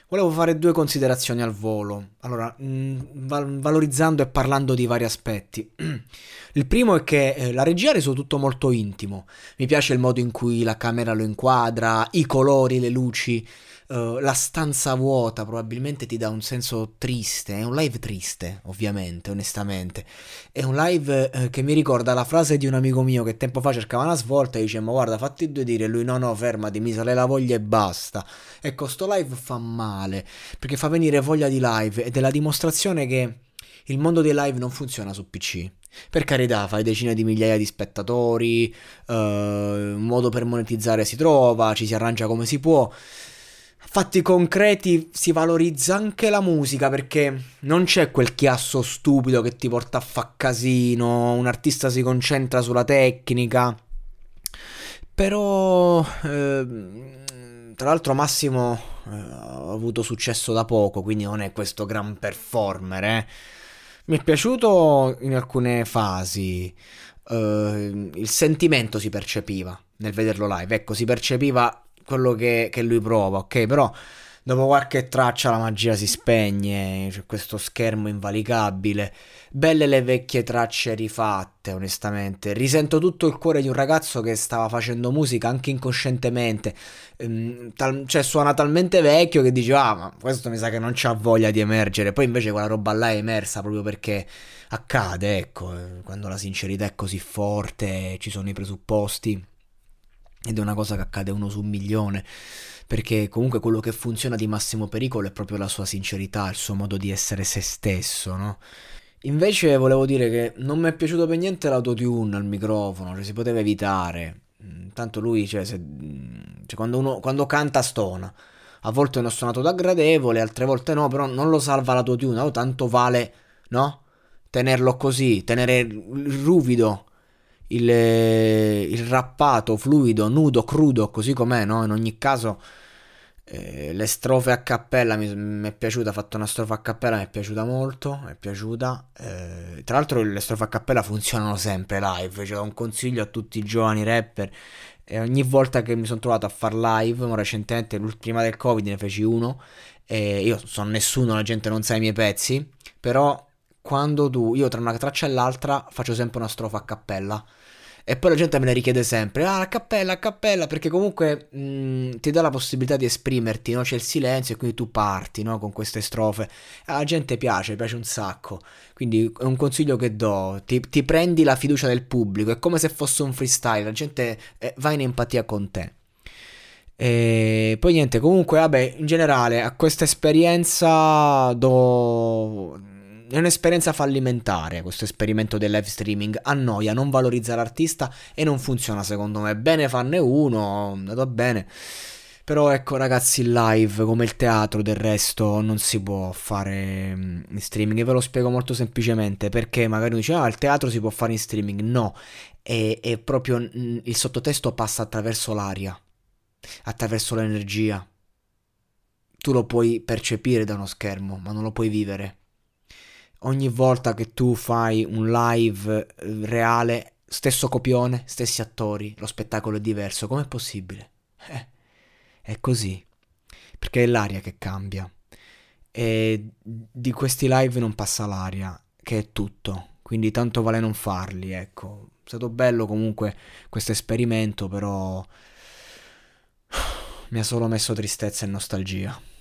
Volevo fare due considerazioni al volo. Allora, valorizzando e parlando di vari aspetti. Il primo è che la regia ha reso tutto molto intimo. Mi piace il modo in cui la camera lo inquadra, i colori, le luci, la stanza vuota probabilmente ti dà un senso triste. È un live triste, ovviamente, onestamente. È un live che mi ricorda la frase di un amico mio che tempo fa cercava una svolta e dice: Ma guarda, fatti due dire. E lui: No, no, fermati, mi sale la voglia e basta. Ecco, sto live fa male perché fa venire voglia di live ed è la dimostrazione che il mondo dei live non funziona su PC. Per carità, fai decine di migliaia di spettatori, un modo per monetizzare si trova, ci si arrangia come si può. Fatti concreti si valorizza anche la musica perché non c'è quel chiasso stupido che ti porta a fa casino, un artista si concentra sulla tecnica. Però, tra l'altro Massimo ha avuto successo da poco, quindi non è questo gran performer, eh. Mi è piaciuto in alcune fasi, il sentimento si percepiva nel vederlo live, ecco, si percepiva quello che lui prova, ok? Però dopo qualche traccia la magia si spegne, c'è questo schermo invalicabile. Belle le vecchie tracce rifatte, onestamente. Risento tutto il cuore di un ragazzo che stava facendo musica anche incoscientemente. Cioè, suona talmente vecchio che dice: Ah, ma questo mi sa che non c'ha voglia di emergere. Poi invece quella roba là è emersa proprio perché accade, ecco. Quando la sincerità è così forte, ci sono i presupposti. Ed è una cosa che accade uno su un milione. Perché comunque quello che funziona di Massimo Pericolo è proprio la sua sincerità, il suo modo di essere se stesso, no? Invece volevo dire che non mi è piaciuto per niente l'autotune al microfono, cioè si poteva evitare. Tanto lui, cioè, quando canta stona. A volte è uno stonato da gradevole, altre volte no, però non lo salva l'autotune, oh, tanto vale, no? Tenerlo così, tenere il ruvido, il rappato, fluido, nudo, crudo, così com'è, no? In ogni caso le strofe a cappella mi è piaciuta, ha fatto una strofa a cappella, mi è piaciuta molto, mi è piaciuta. Tra l'altro le strofe a cappella funzionano sempre live, cioè un consiglio a tutti i giovani rapper. E ogni volta che mi sono trovato a far live, recentemente, prima del Covid ne feci uno, e io sono nessuno, la gente non sa i miei pezzi, però io tra una traccia e l'altra faccio sempre una strofa a cappella. E poi la gente me ne richiede sempre, a cappella, perché comunque ti dà la possibilità di esprimerti, no? C'è il silenzio e quindi tu parti, no? Con queste strofe. Alla gente piace un sacco. Quindi è un consiglio che do, ti prendi la fiducia del pubblico, è come se fosse un freestyle, la gente va in empatia con te. E poi niente, comunque, vabbè, in generale a questa esperienza do... È un'esperienza fallimentare questo esperimento del live streaming, annoia, non valorizza l'artista e non funziona secondo me. Bene farne uno, è andato bene. Però ecco ragazzi, il live come il teatro del resto non si può fare in streaming. E ve lo spiego molto semplicemente perché magari uno dice il teatro si può fare in streaming. No, è proprio il sottotesto passa attraverso l'aria, attraverso l'energia. Tu lo puoi percepire da uno schermo, ma non lo puoi vivere. Ogni volta che tu fai un live reale, stesso copione, stessi attori, lo spettacolo è diverso. Com'è possibile? È così. Perché è l'aria che cambia. E di questi live non passa l'aria, che è tutto. Quindi tanto vale non farli, ecco. È stato bello comunque questo esperimento, però mi ha solo messo tristezza e nostalgia.